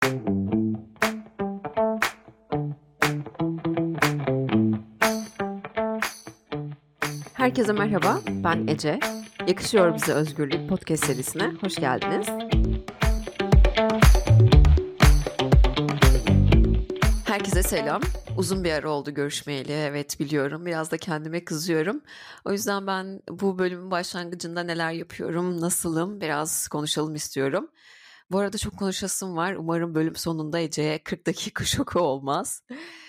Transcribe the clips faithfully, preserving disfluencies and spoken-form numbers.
Herkese merhaba, ben Ece. Yakışıyor Bize Özgürlük podcast serisine hoş geldiniz. Herkese selam. Uzun bir ara oldu görüşmeyeli, evet biliyorum. Biraz da kendime kızıyorum. O yüzden ben bu bölümün başlangıcında neler yapıyorum, nasılım biraz konuşalım istiyorum. Bu arada çok konuşasım var. Umarım bölüm sonunda Ece'ye kırk dakika şoku olmaz.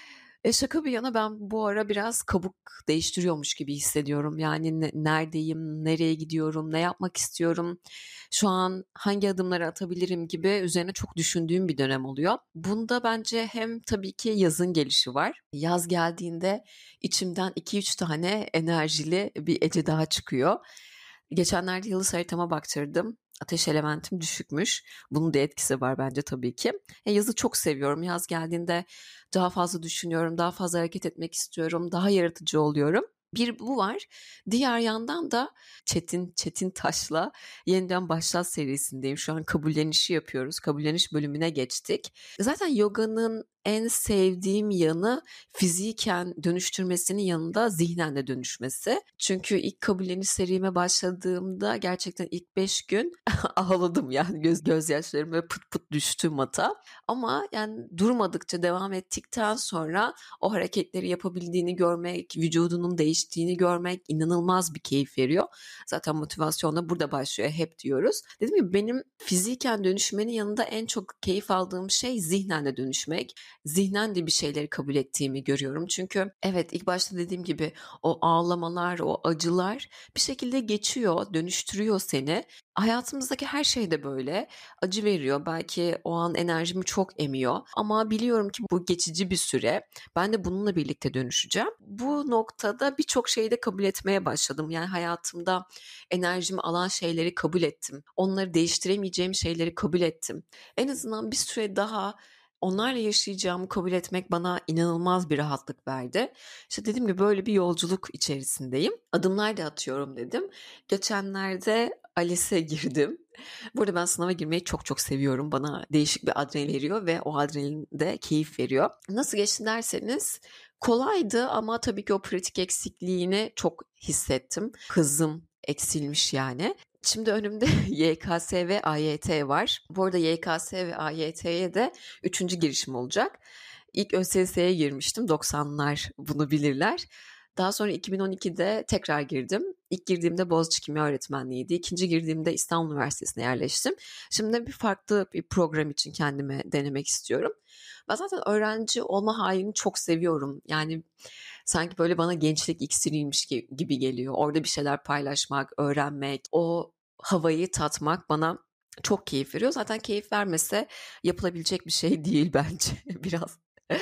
E şaka bir yana ben bu ara biraz kabuk değiştiriyormuş gibi hissediyorum. Yani ne- neredeyim, nereye gidiyorum, ne yapmak istiyorum, şu an hangi adımları atabilirim gibi üzerine çok düşündüğüm bir dönem oluyor. Bunda bence hem tabii ki yazın gelişi var. Yaz geldiğinde içimden iki üç tane enerjili bir Ece daha çıkıyor. Geçenlerde yıldız haritama baktırdım. Ateş elementim düşükmüş. Bunun da etkisi var bence tabii ki. E, yazı çok seviyorum. Yaz geldiğinde daha fazla düşünüyorum, daha fazla hareket etmek istiyorum, daha yaratıcı oluyorum. Bir bu var. Diğer yandan da Çetin Çetin Taş'la Yeniden Başlat serisindeyim. Şu an kabullenişi yapıyoruz. Kabulleniş bölümüne geçtik. Zaten yoganın en sevdiğim yanı fiziken dönüştürmesinin yanında zihnen de dönüşmesi. Çünkü ilk kabulleniş serime başladığımda gerçekten ilk beş gün ağladım yani göz gözyaşlarım böyle pıt pıt düştü mata. Ama yani durmadıkça devam ettikten sonra o hareketleri yapabildiğini görmek, vücudunun değiştiğini görmek inanılmaz bir keyif veriyor. Zaten motivasyon da burada başlıyor hep diyoruz. Dedim ki benim fiziken dönüşmenin yanında en çok keyif aldığım şey zihnen de dönüşmek. Zihnen de bir şeyleri kabul ettiğimi görüyorum. Çünkü evet ilk başta dediğim gibi o ağlamalar, o acılar bir şekilde geçiyor, dönüştürüyor seni. Hayatımızdaki her şey de böyle. Acı veriyor. Belki o an enerjimi çok emiyor. Ama biliyorum ki bu geçici bir süre. Ben de bununla birlikte dönüşeceğim. Bu noktada birçok şeyi de kabul etmeye başladım. Yani hayatımda enerjimi alan şeyleri kabul ettim. Onları değiştiremeyeceğim şeyleri kabul ettim. En azından bir süre daha onlarla yaşayacağımı kabul etmek bana inanılmaz bir rahatlık verdi. İşte dediğim gibi böyle bir yolculuk içerisindeyim. Adımlar da atıyorum dedim. Geçenlerde ALES'e girdim. Burada ben sınava girmeyi çok çok seviyorum. Bana değişik bir adrenalin veriyor ve o adrenalin de keyif veriyor. Nasıl geçti derseniz kolaydı ama tabii ki o pratik eksikliğini çok hissettim. Hızım eksilmiş yani. Şimdi önümde Y K S ve A Y T var. Bu arada Y K S ve A Y T'ye de üçüncü girişim olacak. İlk ÖSS'ye girmiştim. doksanlar bunu bilirler. Daha sonra iki bin on ikide tekrar girdim. İlk girdiğimde Boğaziçi Kimya Öğretmenliğiydi. İkinci girdiğimde İstanbul Üniversitesi'ne yerleştim. Şimdi bir farklı bir program için kendime denemek istiyorum. Ben zaten öğrenci olma halini çok seviyorum. Yani sanki böyle bana gençlik iksiriymiş gibi geliyor. Orada bir şeyler paylaşmak, öğrenmek, o havayı tatmak bana çok keyif veriyor. Zaten keyif vermese yapılabilecek bir şey değil bence. Biraz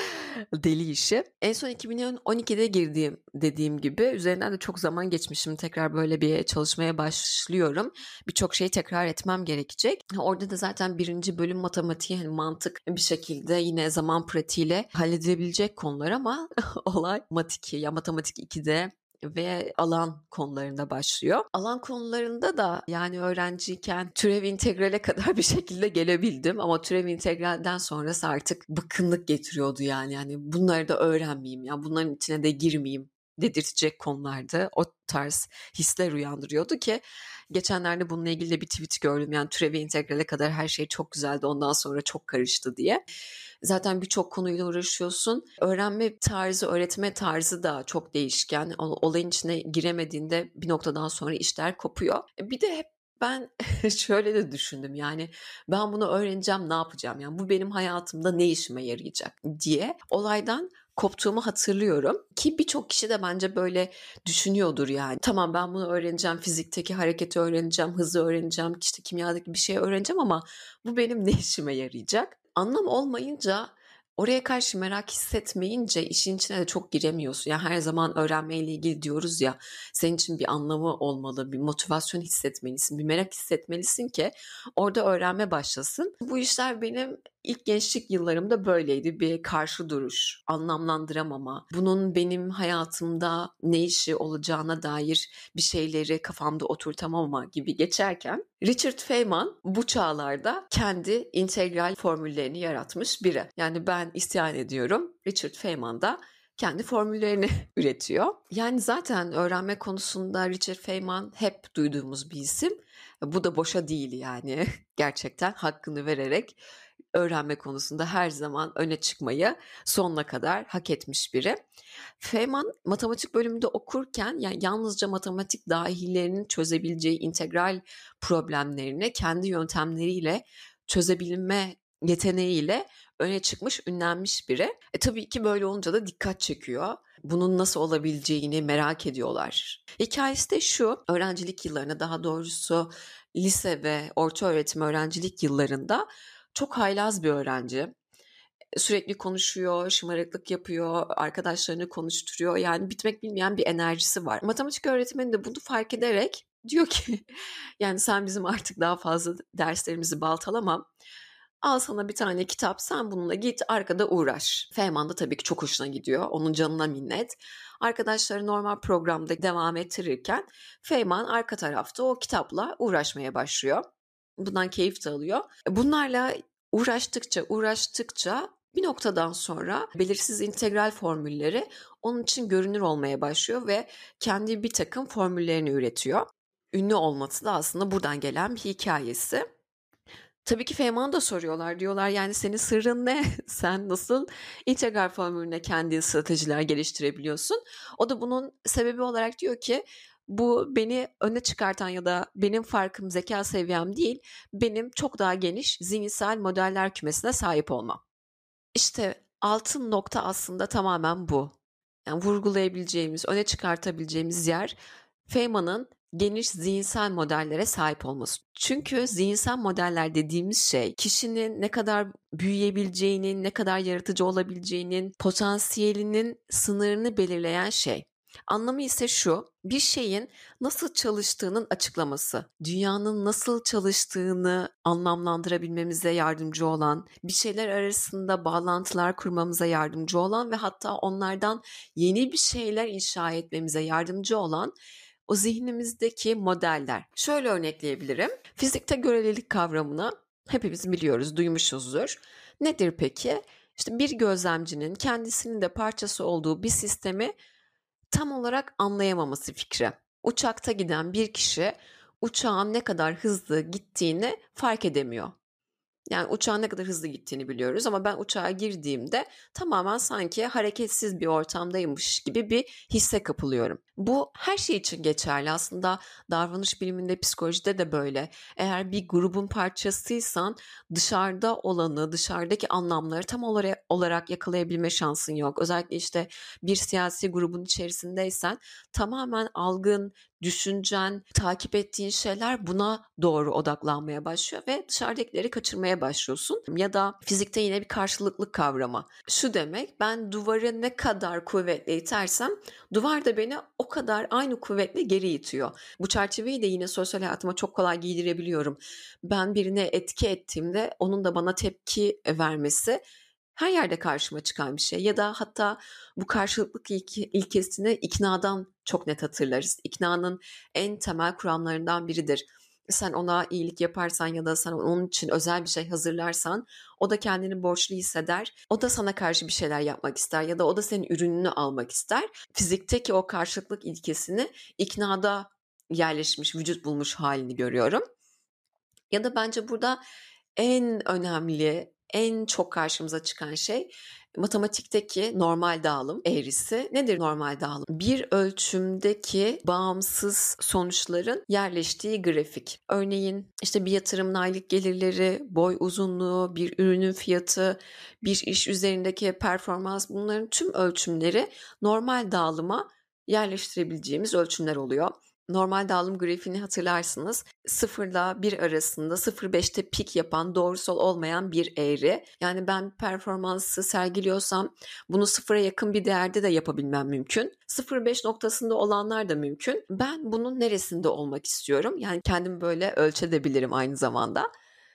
deli işi. En son iki bin on ikide girdiğim dediğim gibi üzerinden de çok zaman geçmişim. Tekrar böyle bir çalışmaya başlıyorum. Birçok şeyi tekrar etmem gerekecek. Orada da zaten birinci bölüm matematiği hani mantık bir şekilde yine zaman pratiğiyle halledilebilecek konular ama olay matematik ya matematik ikide ve alan konularında başlıyor. Alan konularında da yani öğrenciyken türev integrale kadar bir şekilde gelebildim ama türev integralden sonrası artık bıkkınlık getiriyordu yani. Yani bunları da öğrenmeyeyim ya bunların içine de girmeyeyim dedirtecek konularda o tarz hisler uyandırıyordu ki geçenlerde bununla ilgili de bir tweet gördüm. Yani türevi integrale kadar her şey çok güzeldi ondan sonra çok karıştı diye. Zaten birçok konuyla uğraşıyorsun. Öğrenme tarzı, öğretme tarzı da çok değişken. Olayın içine giremediğinde bir noktadan sonra işler kopuyor. Bir de hep ben şöyle de düşündüm yani ben bunu öğreneceğim ne yapacağım yani bu benim hayatımda ne işime yarayacak diye olaydan koptuğumu hatırlıyorum ki birçok kişi de bence böyle düşünüyordur yani. Tamam ben bunu öğreneceğim, fizikteki hareketi öğreneceğim, hızı öğreneceğim, işte kimyadaki bir şey öğreneceğim ama bu benim ne işime yarayacak? Anlam olmayınca oraya karşı merak hissetmeyince işin içine de çok giremiyorsun. Yani her zaman öğrenmeyle ilgili diyoruz ya senin için bir anlamı olmalı, bir motivasyon hissetmelisin, bir merak hissetmelisin ki orada öğrenme başlasın. Bu işler benim ilk gençlik yıllarımda böyleydi. Bir karşı duruş, anlamlandıramama, bunun benim hayatımda ne işi olacağına dair bir şeyleri kafamda oturtamama gibi geçerken Richard Feynman bu çağlarda kendi integral formüllerini yaratmış biri. Yani ben isyan ediyorum. Richard Feynman da kendi formüllerini üretiyor. Yani zaten öğrenme konusunda Richard Feynman hep duyduğumuz bir isim. Bu da boşa değil yani. Gerçekten hakkını vererek öğrenme konusunda her zaman öne çıkmayı sonuna kadar hak etmiş biri. Feynman matematik bölümünde okurken yani yalnızca matematik dahilerinin çözebileceği integral problemlerini kendi yöntemleriyle çözebilme yeteneğiyle öne çıkmış, ünlenmiş biri. E tabii ki böyle olunca da dikkat çekiyor. Bunun nasıl olabileceğini merak ediyorlar. Hikayesi de şu, öğrencilik yıllarında, daha doğrusu lise ve orta öğretim öğrencilik yıllarında çok haylaz bir öğrenci. Sürekli konuşuyor, şımarıklık yapıyor, arkadaşlarını konuşturuyor. Yani bitmek bilmeyen bir enerjisi var. Matematik öğretmeni de bunu fark ederek diyor ki yani sen bizim artık daha fazla derslerimizi baltalama. Al sana bir tane kitap, sen bununla git arkada uğraş. Feynman da tabii ki çok hoşuna gidiyor. Onun canına minnet. Arkadaşları normal programda devam ettirirken Feynman arka tarafta o kitapla uğraşmaya başlıyor. Bundan keyif de alıyor. Bunlarla uğraştıkça uğraştıkça bir noktadan sonra belirsiz integral formülleri onun için görünür olmaya başlıyor ve kendi bir takım formüllerini üretiyor. Ünlü olması da aslında buradan gelen bir hikayesi. Tabii ki Feynman'a da soruyorlar. Diyorlar yani senin sırrın ne? Sen nasıl integral formülüne kendi stratejiler geliştirebiliyorsun? O da bunun sebebi olarak diyor ki bu beni öne çıkartan ya da benim farkım zeka seviyem değil, benim çok daha geniş zihinsel modeller kümesine sahip olmam. İşte altın nokta aslında tamamen bu. Yani vurgulayabileceğimiz, öne çıkartabileceğimiz yer Feynman'ın geniş zihinsel modellere sahip olması. Çünkü zihinsel modeller dediğimiz şey kişinin ne kadar büyüyebileceğinin, ne kadar yaratıcı olabileceğinin, potansiyelinin sınırını belirleyen şey. Anlamı ise şu, bir şeyin nasıl çalıştığının açıklaması, dünyanın nasıl çalıştığını anlamlandırabilmemize yardımcı olan, bir şeyler arasında bağlantılar kurmamıza yardımcı olan ve hatta onlardan yeni bir şeyler inşa etmemize yardımcı olan o zihnimizdeki modeller. Şöyle örnekleyebilirim. Fizikte görelilik kavramını hepimiz biliyoruz, duymuşuzdur. Nedir peki? İşte bir gözlemcinin kendisinin de parçası olduğu bir sistemi tam olarak anlayamaması fikri. Uçakta giden bir kişi uçağın ne kadar hızlı gittiğini fark edemiyor. Yani uçağın ne kadar hızlı gittiğini biliyoruz ama ben uçağa girdiğimde tamamen sanki hareketsiz bir ortamdaymış gibi bir hisse kapılıyorum. Bu her şey için geçerli aslında, davranış biliminde, psikolojide de böyle. Eğer bir grubun parçasıysan dışarıda olanı, dışarıdaki anlamları tam olarak yakalayabilme şansın yok. Özellikle işte bir siyasi grubun içerisindeysen tamamen algın, düşüncen, takip ettiğin şeyler buna doğru odaklanmaya başlıyor ve dışarıdakileri kaçırmaya başlıyorsun. Ya da fizikte yine bir karşılıklık kavramı. Şu demek, ben duvarı ne kadar kuvvetle itersem duvar da beni o kadar aynı kuvvetle geri itiyor. Bu çerçeveyi de yine sosyal hayatıma çok kolay giydirebiliyorum. Ben birine etki ettiğimde onun da bana tepki vermesi her yerde karşıma çıkan bir şey. Ya da hatta bu karşılıklık ilke, ilkesini iknadan çok net hatırlarız. İknanın en temel kuramlarından biridir. Sen ona iyilik yaparsan ya da sen onun için özel bir şey hazırlarsan o da kendini borçlu hisseder. O da sana karşı bir şeyler yapmak ister ya da o da senin ürününü almak ister. Fizikteki o karşılıklık ilkesini iknada yerleşmiş, vücut bulmuş halini görüyorum. Ya da bence burada en önemli, en çok karşımıza çıkan şey matematikteki normal dağılım eğrisi. Nedir normal dağılım? Bir ölçümdeki bağımsız sonuçların yerleştiği grafik. Örneğin işte bir yatırımın aylık gelirleri, boy uzunluğu, bir ürünün fiyatı, bir iş üzerindeki performans, bunların tüm ölçümleri normal dağılıma yerleştirebileceğimiz ölçümler oluyor. Normal dağılım grafiğini hatırlarsınız. sıfır ile bir arasında sıfır virgül beşte pik yapan, doğrusal olmayan bir eğri. Yani ben performansı sergiliyorsam bunu sıfıra yakın bir değerde de yapabilmem mümkün. sıfır virgül beş noktasında olanlar da mümkün. Ben bunun neresinde olmak istiyorum? Yani kendimi böyle ölçedebilirim aynı zamanda.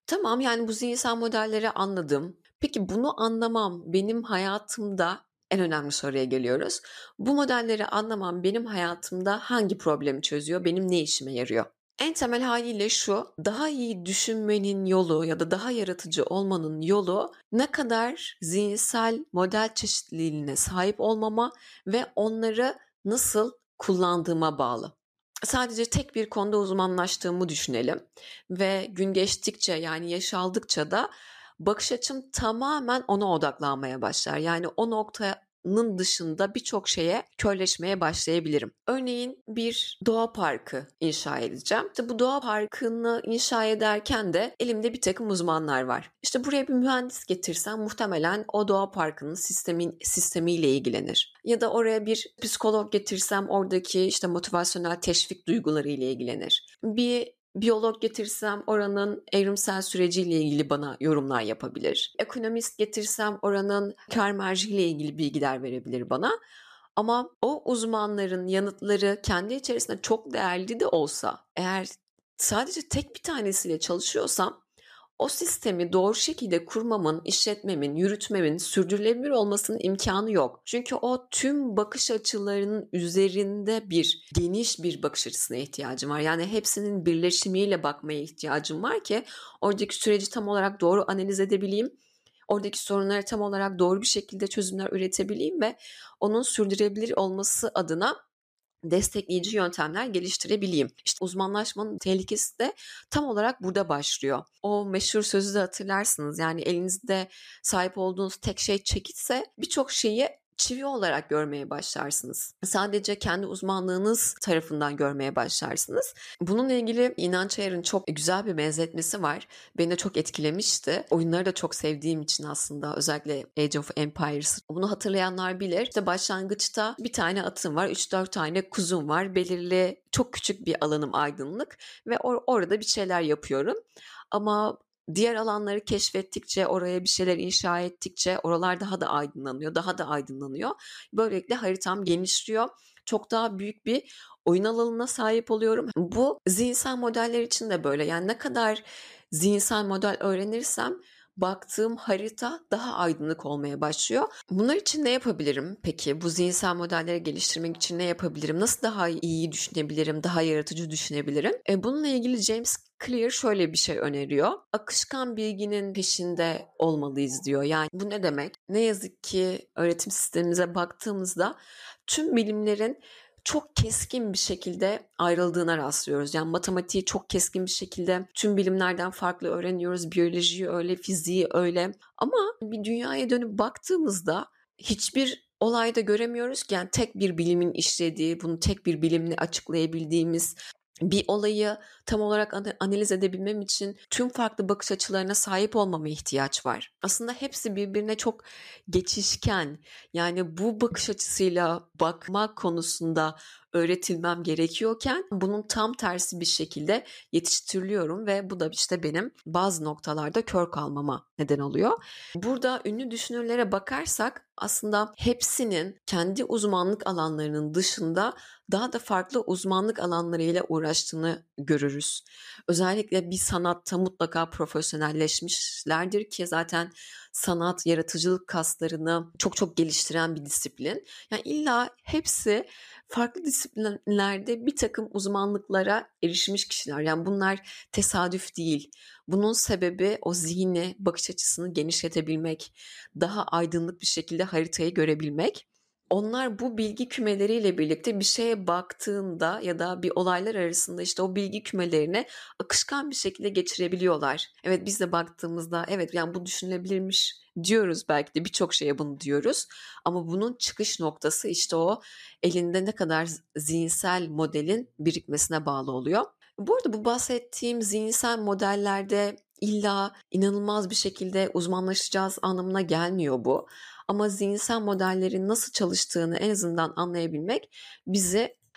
Tamam, yani bu zihinsel modelleri anladım. Peki bunu anlamam benim hayatımda en önemli soruya geliyoruz. Bu modelleri anlamam benim hayatımda hangi problemi çözüyor, benim ne işime yarıyor? En temel haliyle şu, daha iyi düşünmenin yolu ya da daha yaratıcı olmanın yolu ne kadar zihinsel model çeşitliliğine sahip olmama ve onları nasıl kullandığıma bağlı. Sadece tek bir konuda uzmanlaştığımı düşünelim ve gün geçtikçe, yani yaş aldıkça da bakış açım tamamen ona odaklanmaya başlar. Yani o noktanın dışında birçok şeye körleşmeye başlayabilirim. Örneğin bir doğa parkı inşa edeceğim. İşte bu doğa parkını inşa ederken de elimde bir takım uzmanlar var. İşte buraya bir mühendis getirsem muhtemelen o doğa parkının sistemin sistemiyle ilgilenir. Ya da oraya bir psikolog getirsem oradaki işte motivasyonel teşvik duyguları ile ilgilenir. Bir biyolog getirsem oranın evrimsel süreciyle ilgili bana yorumlar yapabilir. Ekonomist getirsem oranın kar marjıyla ilgili bilgiler verebilir bana. Ama o uzmanların yanıtları kendi içerisinde çok değerli de olsa, eğer sadece tek bir tanesiyle çalışıyorsam o sistemi doğru şekilde kurmamın, işletmemin, yürütmemin, sürdürülebilir olmasının imkanı yok. Çünkü o tüm bakış açılarının üzerinde bir geniş bir bakış açısına ihtiyacım var. Yani hepsinin birleşimiyle bakmaya ihtiyacım var ki oradaki süreci tam olarak doğru analiz edebileyim. Oradaki sorunları tam olarak doğru bir şekilde çözümler üretebileyim ve onun sürdürülebilir olması adına destekleyici yöntemler geliştirebileyim. İşte uzmanlaşmanın tehlikesi de tam olarak burada başlıyor. O meşhur sözü de hatırlarsınız. Yani elinizde sahip olduğunuz tek şey çekitse birçok şeyi çivi olarak görmeye başlarsınız. Sadece kendi uzmanlığınız tarafından görmeye başlarsınız. Bununla ilgili İnanç Ayar'ın çok güzel bir benzetmesi var. Beni de çok etkilemişti. Oyunları da çok sevdiğim için aslında, özellikle Age of Empires. Bunu hatırlayanlar bilir. İşte başlangıçta bir tane atım var, üç dört tane kuzum var. Belirli çok küçük bir alanım aydınlık ve or- orada bir şeyler yapıyorum. Ama diğer alanları keşfettikçe, oraya bir şeyler inşa ettikçe oralar daha da aydınlanıyor, daha da aydınlanıyor. Böylelikle haritam genişliyor. Çok daha büyük bir oyun alanına sahip oluyorum. Bu zihinsel modeller için de böyle. Yani ne kadar zihinsel model öğrenirsem baktığım harita daha aydınlık olmaya başlıyor. Bunlar için ne yapabilirim peki? Bu zihinsel modelleri geliştirmek için ne yapabilirim? Nasıl daha iyi düşünebilirim? Daha yaratıcı düşünebilirim? E, bununla ilgili James Clear şöyle bir şey öneriyor. Akışkan bilginin peşinde olmalıyız diyor. Yani bu ne demek? Ne yazık ki öğretim sistemimize baktığımızda tüm bilimlerin çok keskin bir şekilde ayrıldığına rastlıyoruz. Yani matematiği çok keskin bir şekilde tüm bilimlerden farklı öğreniyoruz. Biyolojiyi öyle, fiziği öyle. Ama bir dünyaya dönüp baktığımızda hiçbir olayda göremiyoruz ki yani tek bir bilimin işlediği, bunu tek bir bilimle açıklayabildiğimiz, bir olayı tam olarak analiz edebilmem için tüm farklı bakış açılarına sahip olmama ihtiyaç var. Aslında hepsi birbirine çok geçişken. Yani bu bakış açısıyla bakmak konusunda öğretilmem gerekiyorken bunun tam tersi bir şekilde yetiştiriliyorum ve bu da işte benim bazı noktalarda kör kalmama neden oluyor. Burada ünlü düşünürlere bakarsak aslında hepsinin kendi uzmanlık alanlarının dışında daha da farklı uzmanlık alanlarıyla uğraştığını görürüz. Özellikle bir sanatta mutlaka profesyonelleşmişlerdir ki zaten sanat, yaratıcılık kaslarını çok çok geliştiren bir disiplin. Yani illa hepsi farklı disiplinlerde bir takım uzmanlıklara erişmiş kişiler. Yani bunlar tesadüf değil. Bunun sebebi o zihni, bakış açısını genişletebilmek, daha aydınlık bir şekilde haritayı görebilmek. Onlar bu bilgi kümeleriyle birlikte bir şeye baktığında ya da bir olaylar arasında işte o bilgi kümelerini akışkan bir şekilde geçirebiliyorlar. Evet, biz de baktığımızda evet yani bu düşünülebilirmiş diyoruz, belki de birçok şeye bunu diyoruz. Ama bunun çıkış noktası işte o elinde ne kadar zihinsel modelin birikmesine bağlı oluyor. Bu arada bu bahsettiğim zihinsel modellerde illa inanılmaz bir şekilde uzmanlaşacağız anlamına gelmiyor bu. Ama zihinsel modellerin nasıl çalıştığını en azından anlayabilmek bizi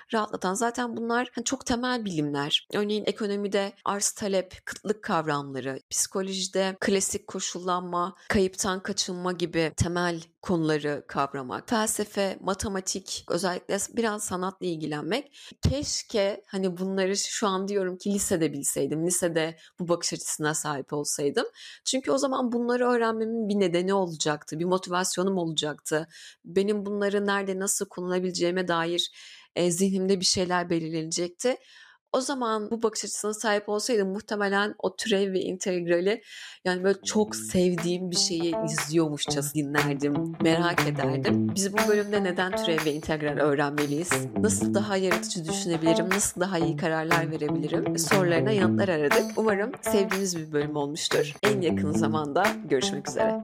rahatlatan zaten bunlar hani çok temel bilimler. Örneğin ekonomide arz talep, kıtlık kavramları, psikolojide klasik koşullanma, kayıptan kaçınma gibi temel konuları kavramak, felsefe, matematik, özellikle biraz sanatla ilgilenmek. Keşke hani bunları şu an diyorum ki lisede bilseydim, lisede bu bakış açısına sahip olsaydım. Çünkü o zaman bunları öğrenmemin bir nedeni olacaktı, bir motivasyonum olacaktı. Benim bunları nerede nasıl kullanabileceğime dair e, zihnimde bir şeyler belirlenecekti. O zaman bu bakış açısına sahip olsaydım muhtemelen o türev ve integrali yani böyle çok sevdiğim bir şeyi izliyormuşçası dinlerdim, merak ederdim. Biz bu bölümde neden türev ve integral öğrenmeliyiz? Nasıl daha yaratıcı düşünebilirim? Nasıl daha iyi kararlar verebilirim? Sorularına yanıtlar aradık. Umarım sevdiğiniz bir bölüm olmuştur. En yakın zamanda görüşmek üzere.